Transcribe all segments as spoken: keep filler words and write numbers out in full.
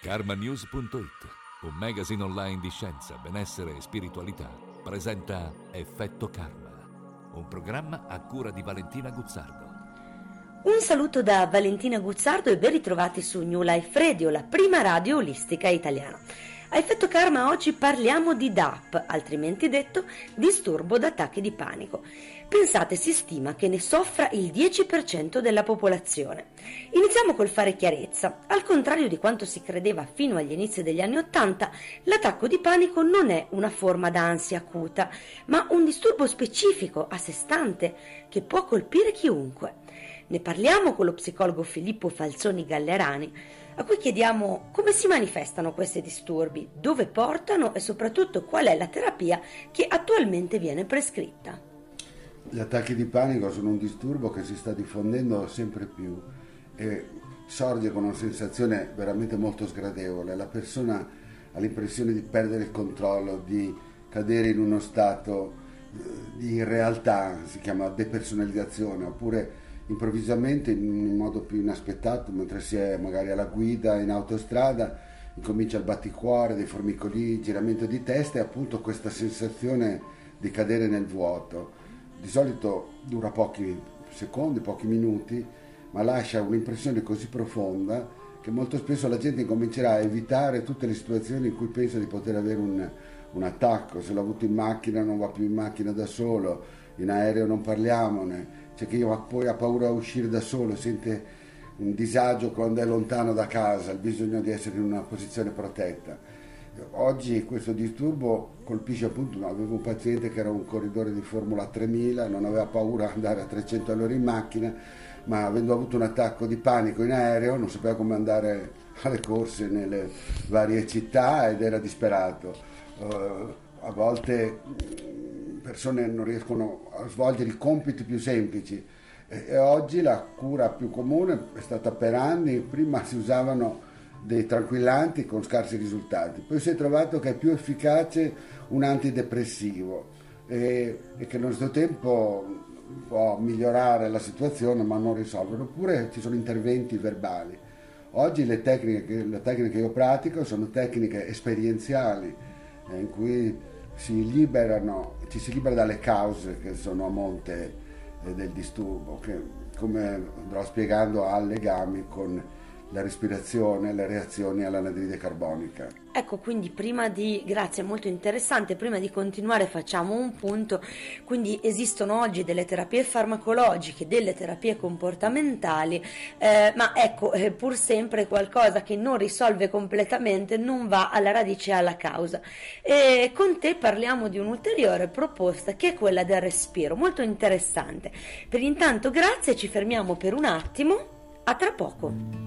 karma news punto it, un magazine online di scienza, benessere e spiritualità, presenta Effetto Karma, un programma a cura di Valentina Guzzardo. Un saluto da Valentina Guzzardo e ben ritrovati su New Life Radio, la prima radio olistica italiana. A Effetto Karma oggi parliamo di D A P, altrimenti detto disturbo d'attacchi di panico. Pensate, si stima che ne soffra il dieci per cento della popolazione. Iniziamo col fare chiarezza. Al contrario di quanto si credeva fino agli inizi degli anni Ottanta, l'attacco di panico non è una forma d'ansia acuta, ma un disturbo specifico, a sé stante, che può colpire chiunque. Ne parliamo con lo psicologo Filippo Falzoni Gallerani, a cui chiediamo come si manifestano questi disturbi, dove portano e soprattutto qual è la terapia che attualmente viene prescritta. Gli attacchi di panico sono un disturbo che si sta diffondendo sempre più e sorge con una sensazione veramente molto sgradevole. La persona ha l'impressione di perdere il controllo, di cadere in uno stato di irrealtà, si chiama depersonalizzazione, oppure improvvisamente in un modo più inaspettato, mentre si è magari alla guida in autostrada, incomincia il batticuore, dei formicoli, giramento di testa e appunto questa sensazione di cadere nel vuoto. Di solito dura pochi secondi, pochi minuti, ma lascia un'impressione così profonda che molto spesso la gente incomincerà a evitare tutte le situazioni in cui pensa di poter avere un, un attacco. Se l'ha avuto in macchina non va più in macchina da solo, in aereo non parliamone. C'è chi poi ha paura a uscire da solo, sente un disagio quando è lontano da casa, il bisogno di essere in una posizione protetta. Oggi questo disturbo colpisce appunto, avevo un paziente che era un corridore di Formula tremila, non aveva paura di andare a trecento all'ora in macchina, ma avendo avuto un attacco di panico in aereo non sapeva come andare alle corse nelle varie città ed era disperato. Uh, a volte persone non riescono a svolgere i compiti più semplici e, e oggi la cura più comune è stata per anni, prima si usavano dei tranquillanti con scarsi risultati, poi si è trovato che è più efficace un antidepressivo e, e che nello stesso tempo può migliorare la situazione ma non risolvere, oppure ci sono interventi verbali. Oggi le tecniche, le tecniche che io pratico sono tecniche esperienziali eh, in cui si liberano, ci si libera dalle cause che sono a monte eh, del disturbo, che come andrò spiegando ha legami con la respirazione, le reazioni all'anidride carbonica. Ecco, quindi prima di, grazie, molto interessante, prima di continuare facciamo un punto. Quindi esistono oggi delle terapie farmacologiche, delle terapie comportamentali, eh, ma ecco, eh, pur sempre qualcosa che non risolve completamente, non va alla radice e alla causa. E con te parliamo di un'ulteriore proposta che è quella del respiro, molto interessante. Per intanto grazie, ci fermiamo per un attimo, a tra poco.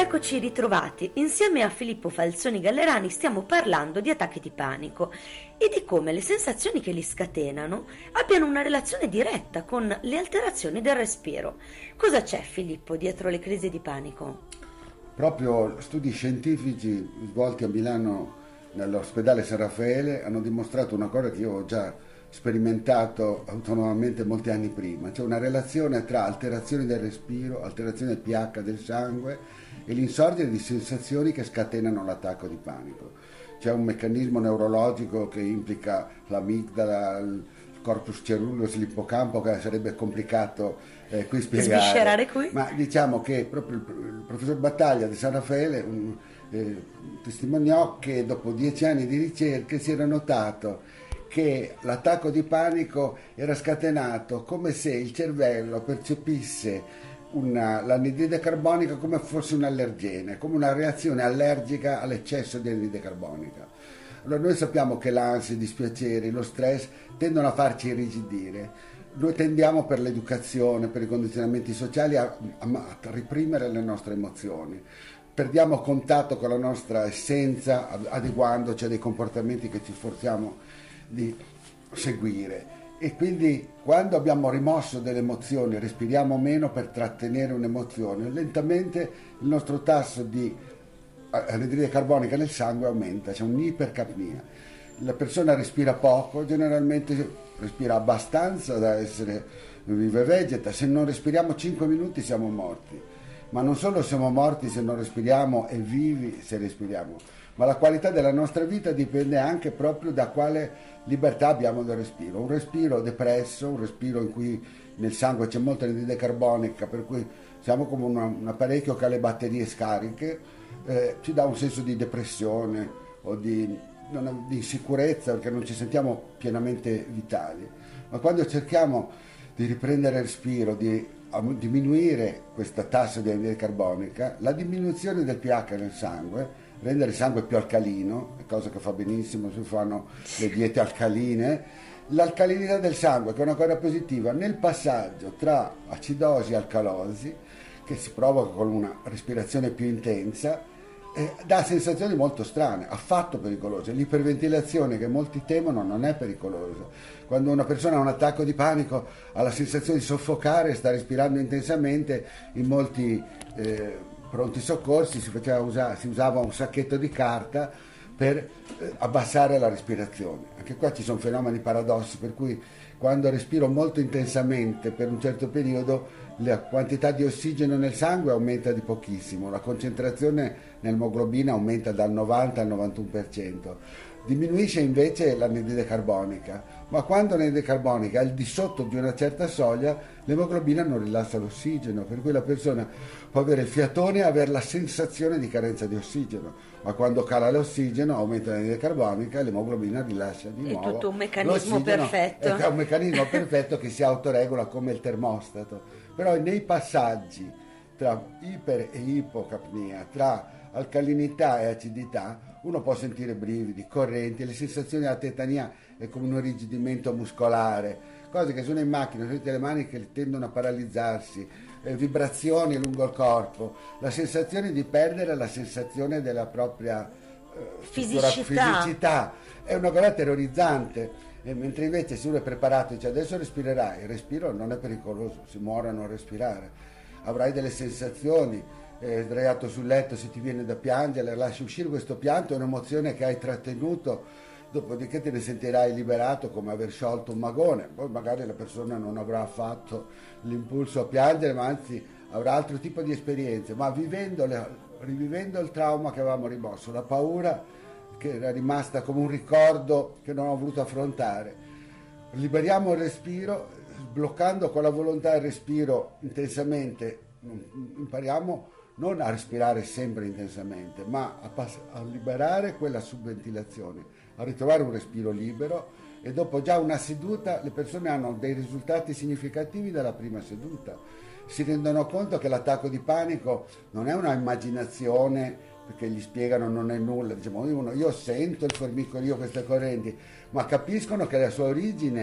eccoci ritrovati. Insieme a Filippo Falzoni Gallerani stiamo parlando di attacchi di panico e di come le sensazioni che li scatenano abbiano una relazione diretta con le alterazioni del respiro. Cosa c'è, Filippo, dietro le crisi di panico? Proprio studi scientifici svolti a Milano nell'ospedale San Raffaele hanno dimostrato una cosa che io ho già sperimentato autonomamente molti anni prima. C'è una relazione tra alterazioni del respiro, alterazione del pH del sangue e l'insorgere di sensazioni che scatenano l'attacco di panico. C'è un meccanismo neurologico che implica l'amigdala, il corpus ceruleus, l'ippocampo, che sarebbe complicato eh, qui spiegare. Sviscerare qui? Ma diciamo che proprio il, il professor Battaglia di San Raffaele un, eh, testimoniò che dopo dieci anni di ricerche si era notato che l'attacco di panico era scatenato come se il cervello percepisse una, l'anidride carbonica come fosse un allergene, come una reazione allergica all'eccesso di anidride carbonica. Allora noi sappiamo che l'ansia, i dispiaceri, lo stress tendono a farci irrigidire. Noi tendiamo per l'educazione, per i condizionamenti sociali a, a, a reprimere le nostre emozioni. Perdiamo contatto con la nostra essenza adeguandoci a dei comportamenti che ci sforziamo di seguire, e quindi quando abbiamo rimosso delle emozioni respiriamo meno per trattenere un'emozione, lentamente il nostro tasso di anidride carbonica nel sangue aumenta, c'è un'ipercapnia. La persona respira poco, generalmente respira abbastanza da essere vive vegeta. Se non respiriamo cinque minuti siamo morti, ma non solo siamo morti se non respiriamo e vivi se respiriamo, ma la qualità della nostra vita dipende anche proprio da quale libertà abbiamo del respiro. Un respiro depresso, un respiro in cui nel sangue c'è molta anidride carbonica, per cui siamo come una, un apparecchio che ha le batterie scariche, eh, ci dà un senso di depressione o di, non, di insicurezza, perché non ci sentiamo pienamente vitali. Ma quando cerchiamo di riprendere il respiro, di diminuire questa tassa di anidride carbonica, la diminuzione del pH nel sangue, rendere il sangue più alcalino, cosa che fa benissimo, si fanno le diete alcaline, l'alcalinità del sangue, che è una cosa positiva, nel passaggio tra acidosi e alcalosi, che si provoca con una respirazione più intensa, eh, dà sensazioni molto strane, affatto pericolose. L'iperventilazione, che molti temono, non è pericolosa. Quando una persona ha un attacco di panico ha la sensazione di soffocare, sta respirando intensamente, in molti eh, pronti soccorsi si, faceva usare, si usava un sacchetto di carta per eh, abbassare la respirazione. Anche qua ci sono fenomeni paradossi, per cui quando respiro molto intensamente per un certo periodo la quantità di ossigeno nel sangue aumenta di pochissimo, la concentrazione nell'emoglobina aumenta dal novanta al novantuno per cento, diminuisce invece l'anidride carbonica, ma quando l'anidride carbonica è al di sotto di una certa soglia l'emoglobina non rilascia l'ossigeno, per cui la persona può avere il fiatone e avere la sensazione di carenza di ossigeno, ma quando cala l'ossigeno aumenta l'anidride carbonica e l'emoglobina rilascia di nuovo. È tutto un meccanismo perfetto. È un meccanismo perfetto che si autoregola come il termostato. Però nei passaggi tra iper e ipocapnia, tra alcalinità e acidità, uno può sentire brividi, correnti, le sensazioni della tetania è come un irrigidimento muscolare, cose che sono in macchina, sono le mani che tendono a paralizzarsi, eh, vibrazioni lungo il corpo, la sensazione di perdere la sensazione della propria eh, fisicità. fisicità. È una cosa terrorizzante. E mentre invece se uno è preparato e dice adesso respirerai, il respiro non è pericoloso, si muore a non respirare, avrai delle sensazioni, eh, sdraiato sul letto, se ti viene da piangere, lasci uscire questo pianto, è un'emozione che hai trattenuto, dopodiché te ne sentirai liberato come aver sciolto un magone, poi magari la persona non avrà fatto l'impulso a piangere, ma anzi avrà altro tipo di esperienze, ma vivendole, rivivendo il trauma che avevamo rimosso, la paura che era rimasta come un ricordo che non ho voluto affrontare. Liberiamo il respiro, sbloccando con la volontà il respiro intensamente, impariamo non a respirare sempre intensamente, ma a, pass- a liberare quella subventilazione, a ritrovare un respiro libero, e dopo già una seduta le persone hanno dei risultati significativi dalla prima seduta. Si rendono conto che l'attacco di panico non è una immaginazione, perché gli spiegano non è nulla, diciamo, io, io sento il formicolio, queste correnti, ma capiscono che la sua origine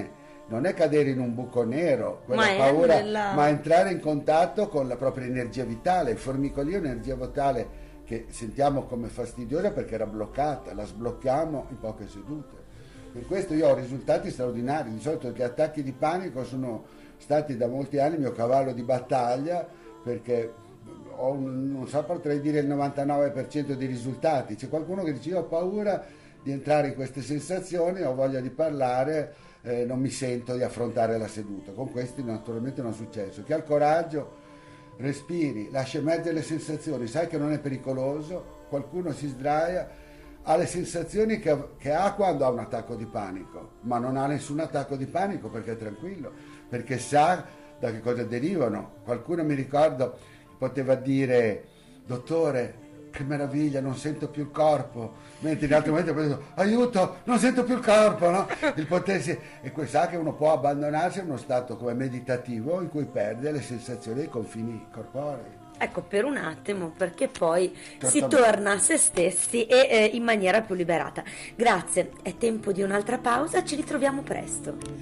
non è cadere in un buco nero, quella ma paura, nella... ma entrare in contatto con la propria energia vitale. Il formicolio è un'energia vitale che sentiamo come fastidiosa perché era bloccata, la sblocchiamo in poche sedute. Per questo io ho risultati straordinari. Di solito gli attacchi di panico sono stati da molti anni il mio cavallo di battaglia, perché ho un, non so, potrei dire il novantanove per cento dei risultati. C'è qualcuno che dice io ho paura di entrare in queste sensazioni, ho voglia di parlare, eh, non mi sento di affrontare la seduta. Con questi naturalmente non è successo. Chi ha il coraggio, respiri, lascia emergere le sensazioni, sai che non è pericoloso, qualcuno si sdraia, ha le sensazioni che, che ha quando ha un attacco di panico, ma non ha nessun attacco di panico perché è tranquillo, perché sa da che cosa derivano. Qualcuno, mi ricordo, poteva dire dottore, che meraviglia, non sento più il corpo, mentre in altri momenti ha detto aiuto, non sento più il corpo, no? Il potersi, e sa che uno può abbandonarsi a uno stato come meditativo in cui perde le sensazioni dei confini corporei. Ecco, per un attimo, perché poi si torna a se stessi e eh, in maniera più liberata. Grazie, è tempo di un'altra pausa, ci ritroviamo presto.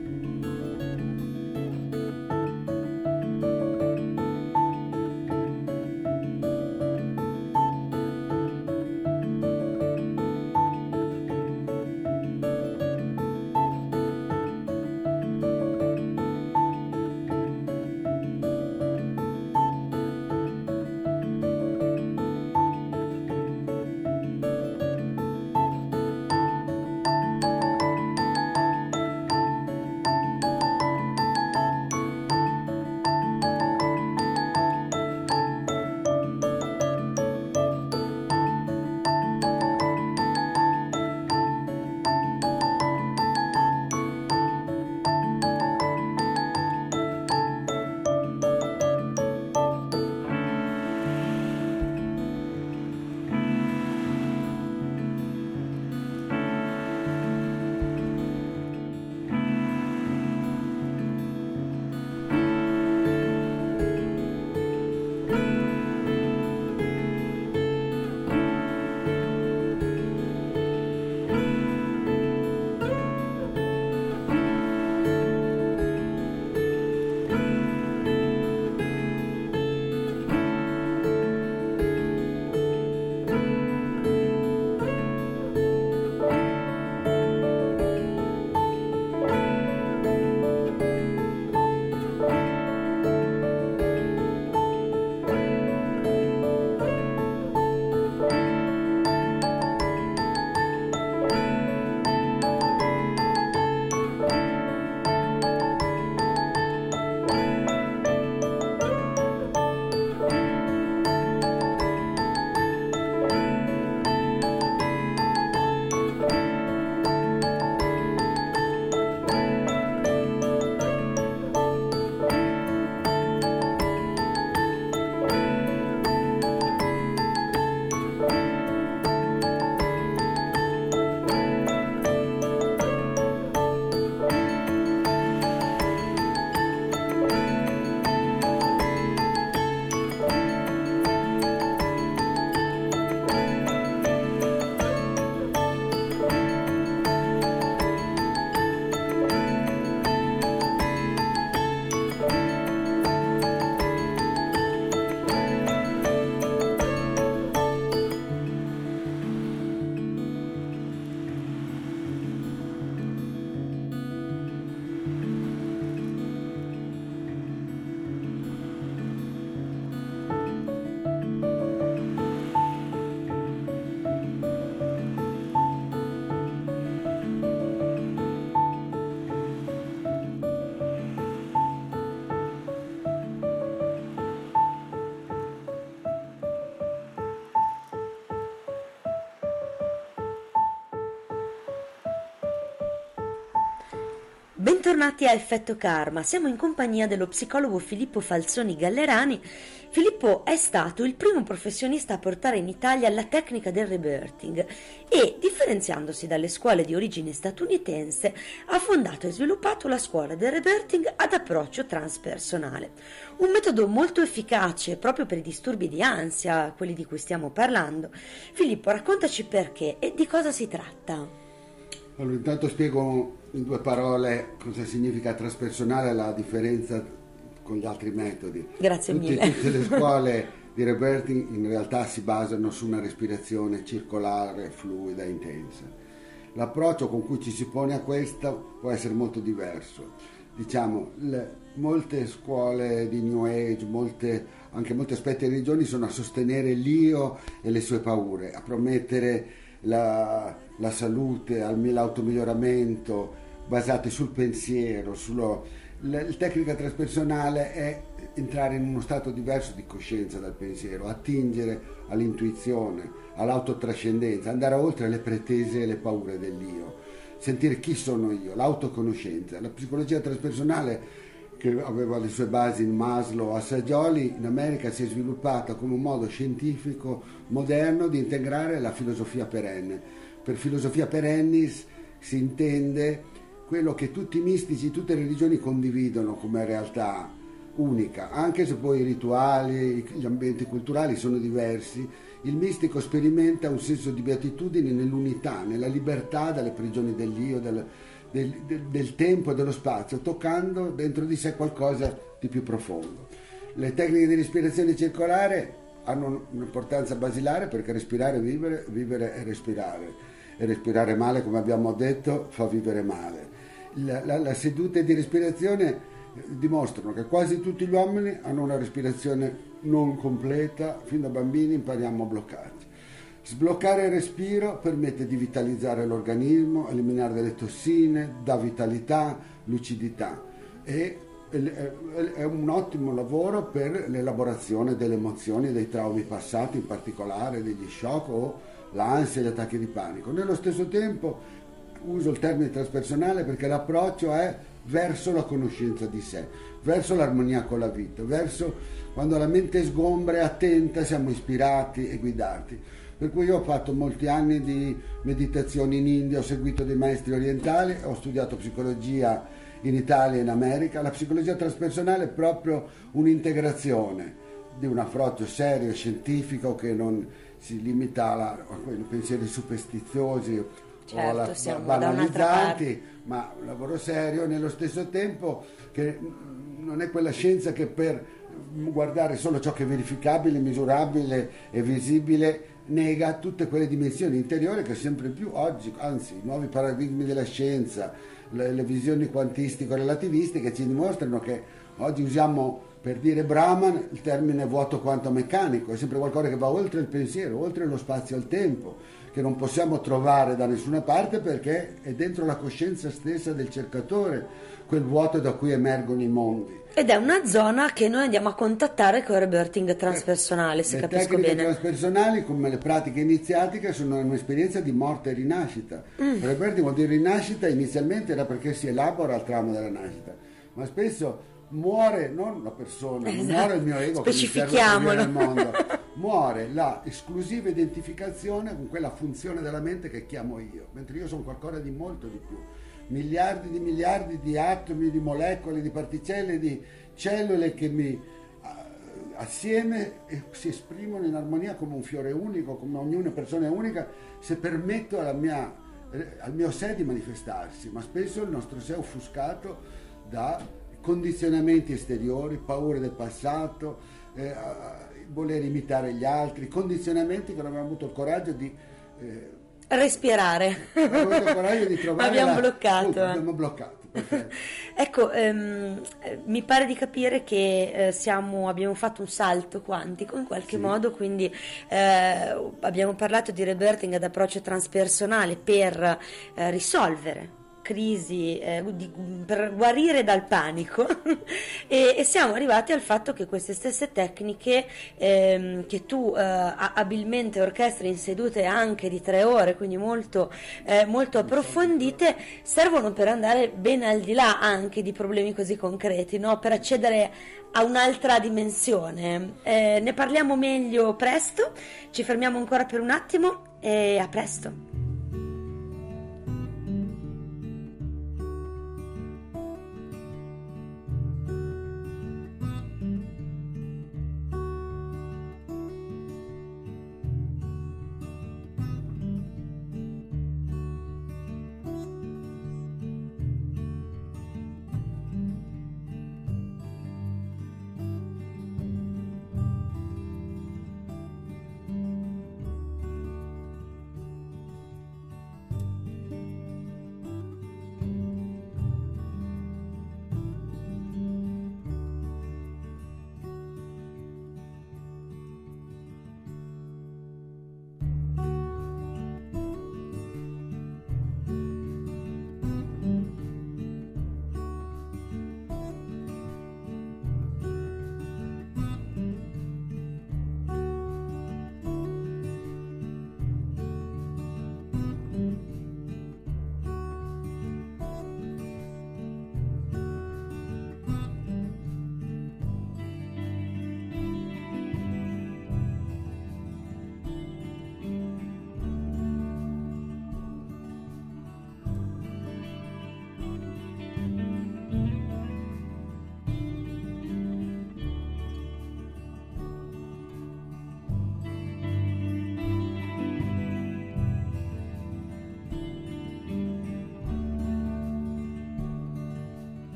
Bentornati a Effetto Karma, siamo in compagnia dello psicologo Filippo Falzoni Gallerani. Filippo è stato il primo professionista a portare in Italia la tecnica del rebirthing e, differenziandosi dalle scuole di origine statunitense, ha fondato e sviluppato la scuola del rebirthing ad approccio transpersonale. Un metodo molto efficace proprio per i disturbi di ansia, quelli di cui stiamo parlando. Filippo, raccontaci perché e di cosa si tratta. Allora, intanto spiego in due parole cosa significa transpersonale, la differenza con gli altri metodi. Grazie Tutti, mille. Tutte le scuole di rebirthing in realtà si basano su una respirazione circolare, fluida, intensa. L'approccio con cui ci si pone a questa può essere molto diverso. Diciamo, le, molte scuole di New Age, molte, anche molti aspetti di religioni sono a sostenere l'io e le sue paure, a promettere la, la salute, l'automiglioramento basate sul pensiero, sullo, la, la tecnica transpersonale è entrare in uno stato diverso di coscienza dal pensiero, attingere all'intuizione, all'autotrascendenza, andare oltre le pretese e le paure dell'io, sentire chi sono io, l'autoconoscenza. La psicologia transpersonale, che aveva le sue basi in Maslow, a Assagioli, in America si è sviluppata come un modo scientifico moderno di integrare la filosofia perenne. Per filosofia perennis si intende quello che tutti i mistici, tutte le religioni condividono come realtà unica, anche se poi i rituali, gli ambienti culturali sono diversi. Il mistico sperimenta un senso di beatitudine nell'unità, nella libertà dalle prigioni dell'io, del, del, del, del tempo e dello spazio, toccando dentro di sé qualcosa di più profondo. Le tecniche di respirazione circolare hanno un'importanza basilare perché respirare è vivere, vivere è respirare, e respirare male, come abbiamo detto, fa vivere male. La, la, la sedute di respirazione dimostrano che quasi tutti gli uomini hanno una respirazione non completa, fin da bambini impariamo a bloccarci. Sbloccare il respiro permette di vitalizzare l'organismo, eliminare delle tossine, dà vitalità, lucidità e è un ottimo lavoro per l'elaborazione delle emozioni, dei traumi passati, in particolare degli shock o l'ansia e gli attacchi di panico. Nello stesso tempo uso il termine transpersonale perché l'approccio è verso la conoscenza di sé, verso l'armonia con la vita, verso quando la mente sgombra e attenta siamo ispirati e guidati. Per cui io ho fatto molti anni di meditazioni in India, ho seguito dei maestri orientali, ho studiato psicologia in Italia e in America. La psicologia transpersonale è proprio un'integrazione di un approccio serio e scientifico che non si limita alla, a quei pensieri superstiziosi, certo, o alla, siamo banalizzanti, ma un lavoro serio nello stesso tempo, che non è quella scienza che per guardare solo ciò che è verificabile, misurabile e visibile nega tutte quelle dimensioni interiori che sempre più oggi, anzi i nuovi paradigmi della scienza, le, le visioni quantistico-relativistiche ci dimostrano che oggi usiamo per dire Brahman il termine vuoto quanto meccanico, è sempre qualcosa che va oltre il pensiero, oltre lo spazio e il tempo, che non possiamo trovare da nessuna parte perché è dentro la coscienza stessa del cercatore, quel vuoto da cui emergono i mondi. Ed è una zona che noi andiamo a contattare con il rebirthing transpersonale, se le capisco tecniche bene. transpersonali, come le pratiche iniziatiche, sono un'esperienza di morte e rinascita. Mm. Il rebirthing vuol dire rinascita, inizialmente era perché si elabora il trauma della nascita, ma spesso muore non la persona, Esatto. non muore il mio ego che mi serve per vivere nel mondo, muore la esclusiva identificazione con quella funzione della mente che chiamo io, mentre io sono qualcosa di molto di più, miliardi di miliardi di atomi, di molecole, di particelle, di cellule che mi assieme si esprimono in armonia come un fiore unico, come ognuna persona è unica, se permetto alla mia, al mio sé di manifestarsi, ma spesso il nostro sé è offuscato da condizionamenti esteriori, paure del passato, eh, voler imitare gli altri, condizionamenti che non abbiamo avuto il coraggio di eh, respirare. abbiamo avuto il coraggio di trovare abbiamo la... bloccato. Uh, abbiamo bloccato. Perfetto. Ecco, ehm, mi pare di capire che eh, siamo, abbiamo fatto un salto quantico in qualche Sì. modo, quindi eh, abbiamo parlato di rebirthing ad approccio transpersonale per eh, risolvere crisi, eh, di, per guarire dal panico e, e siamo arrivati al fatto che queste stesse tecniche ehm, che tu eh, abilmente orchestri in sedute anche di tre ore, quindi molto, eh, molto approfondite, servono per andare ben al di là anche di problemi così concreti, no? Per accedere a un'altra dimensione. Eh, ne parliamo meglio presto, ci fermiamo ancora per un attimo e a presto.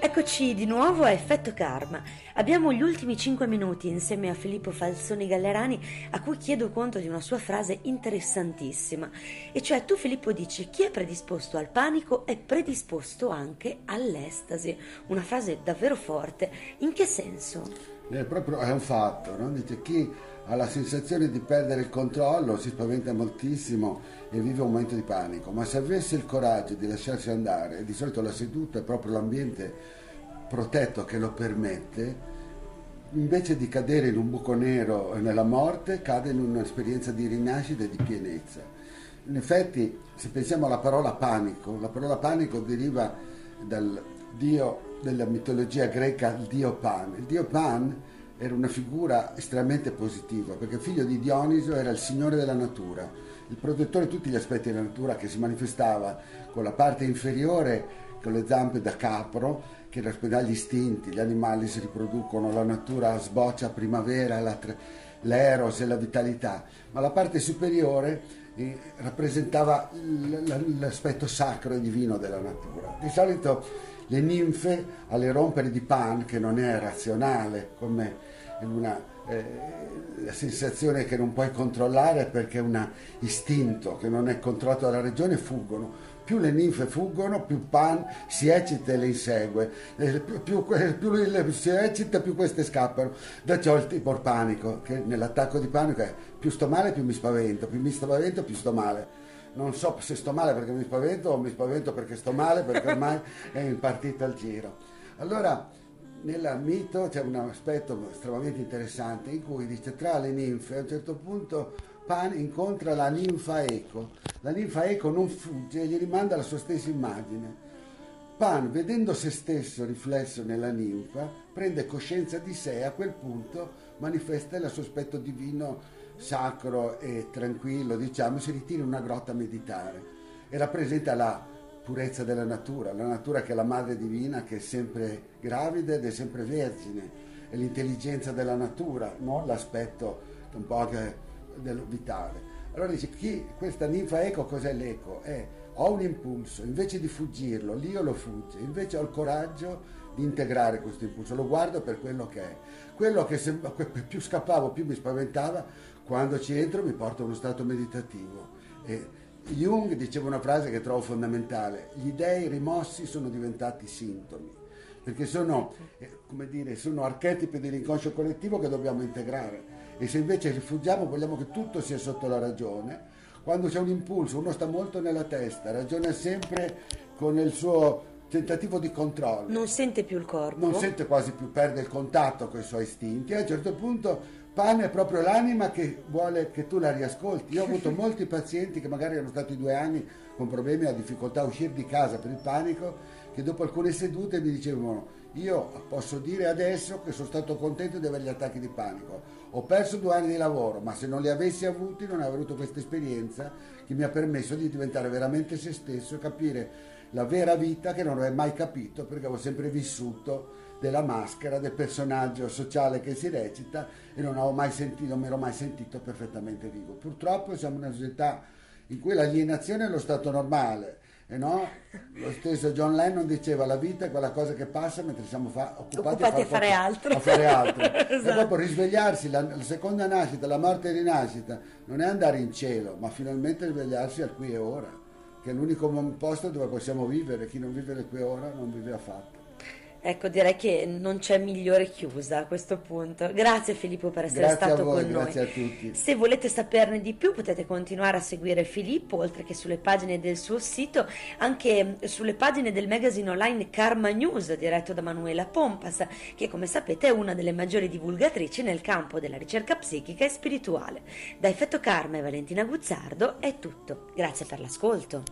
Eccoci di nuovo a Effetto Karma. Abbiamo gli ultimi cinque minuti insieme a Filippo Falzoni Gallerani, a cui chiedo conto di una sua frase interessantissima. E cioè, tu Filippo dici: chi è predisposto al panico è predisposto anche all'estasi. Una frase davvero forte. In che senso? È proprio è un fatto, no? Dice: chi ha la sensazione di perdere il controllo si spaventa moltissimo e vive un momento di panico, ma se avesse il coraggio di lasciarsi andare, e di solito la seduta è proprio l'ambiente protetto che lo permette, invece di cadere in un buco nero e nella morte, cade in un'esperienza di rinascita e di pienezza. In effetti, se pensiamo alla parola panico, la parola panico deriva dal dio della mitologia greca, il dio Pan. Il dio Pan era una figura estremamente positiva, perché figlio di Dioniso era il signore della natura, il protettore di tutti gli aspetti della natura, che si manifestava con la parte inferiore, con le zampe da capro, che rappresenta gli istinti, gli animali si riproducono, la natura sboccia a primavera, la, l'eros e la vitalità, ma la parte superiore eh, rappresentava l- l'aspetto sacro e divino della natura. Di solito le ninfe, alle rompere di Pan, che non è razionale, come una eh, la sensazione che non puoi controllare perché è un istinto che non è controllato dalla ragione, fuggono. Più le ninfe fuggono, più Pan si eccita e le insegue, eh, più, più, più le, si eccita, più queste scappano. Da ciò il tipo panico, che nell'attacco di panico è: più sto male più mi spavento, più mi spavento più sto male. Non so se sto male perché mi spavento o mi spavento perché sto male, perché ormai è impartita al giro. Allora, nel mito c'è un aspetto estremamente interessante in cui dice: tra le ninfe a un certo punto Pan incontra la ninfa Eco. La ninfa Eco non fugge e gli rimanda la sua stessa immagine. Pan, vedendo se stesso riflesso nella ninfa, prende coscienza di sé e a quel punto manifesta il suo aspetto divino, sacro e tranquillo, diciamo, si ritira in una grotta a meditare e rappresenta la purezza della natura, la natura che è la madre divina, che è sempre gravida ed è sempre vergine, è l'intelligenza della natura, non l'aspetto un po' che del vitale. Allora dice: chi, questa ninfa Eco, cos'è l'eco? È: ho un impulso, invece di fuggirlo, l'io lo fugge, invece ho il coraggio di integrare questo impulso, lo guardo per quello che è, quello che sembra, più scappavo più mi spaventava, quando ci entro mi porta a uno stato meditativo. E Jung diceva una frase che trovo fondamentale: gli dei rimossi sono diventati sintomi, perché sono, eh, come dire, sono archetipi dell'inconscio collettivo che dobbiamo integrare. E se invece rifugiamo, vogliamo che tutto sia sotto la ragione, quando c'è un impulso, uno sta molto nella testa, ragiona sempre con il suo tentativo di controllo. Non sente più il corpo. Non sente quasi più, perde il contatto con i suoi istinti. E a un certo punto Pan è proprio l'anima che vuole che tu la riascolti. Io ho avuto molti pazienti che magari erano stati due anni con problemi e difficoltà a uscire di casa per il panico, che dopo alcune sedute mi dicevano: io posso dire adesso che sono stato contento di avere gli attacchi di panico, ho perso due anni di lavoro, ma se non li avessi avuti non avrei avuto questa esperienza che mi ha permesso di diventare veramente se stesso e capire la vera vita che non avevo mai capito, perché avevo sempre vissuto della maschera, del personaggio sociale che si recita, e non avevo mai sentito, non mi ero mai sentito perfettamente vivo. Purtroppo siamo in una società in cui l'alienazione è lo stato normale, e no? Lo stesso John Lennon diceva: la vita è quella cosa che passa mentre siamo fa- occupati, occupati a, a fare altro, a fare altro. Esatto. E proprio risvegliarsi, la, la seconda nascita, la morte e rinascita non è andare in cielo, ma finalmente risvegliarsi al qui e ora, che è l'unico posto dove possiamo vivere. Chi non vive nel qui e ora non vive affatto. Ecco, direi che non c'è migliore chiusa a questo punto. Grazie Filippo per essere Grazie stato a voi, con noi. grazie a tutti. Se volete saperne di più potete continuare a seguire Filippo, oltre che sulle pagine del suo sito, anche sulle pagine del magazine online Karma News, diretto da Manuela Pompas, che come sapete è una delle maggiori divulgatrici nel campo della ricerca psichica e spirituale. Da Effetto Karma e Valentina Guzzardo è tutto. Grazie per l'ascolto.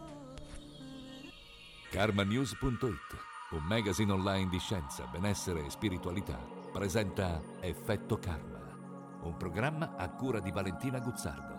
karma news punto it, un magazine online di scienza, benessere e spiritualità, presenta Effetto Karma, un programma a cura di Valentina Guzzardo.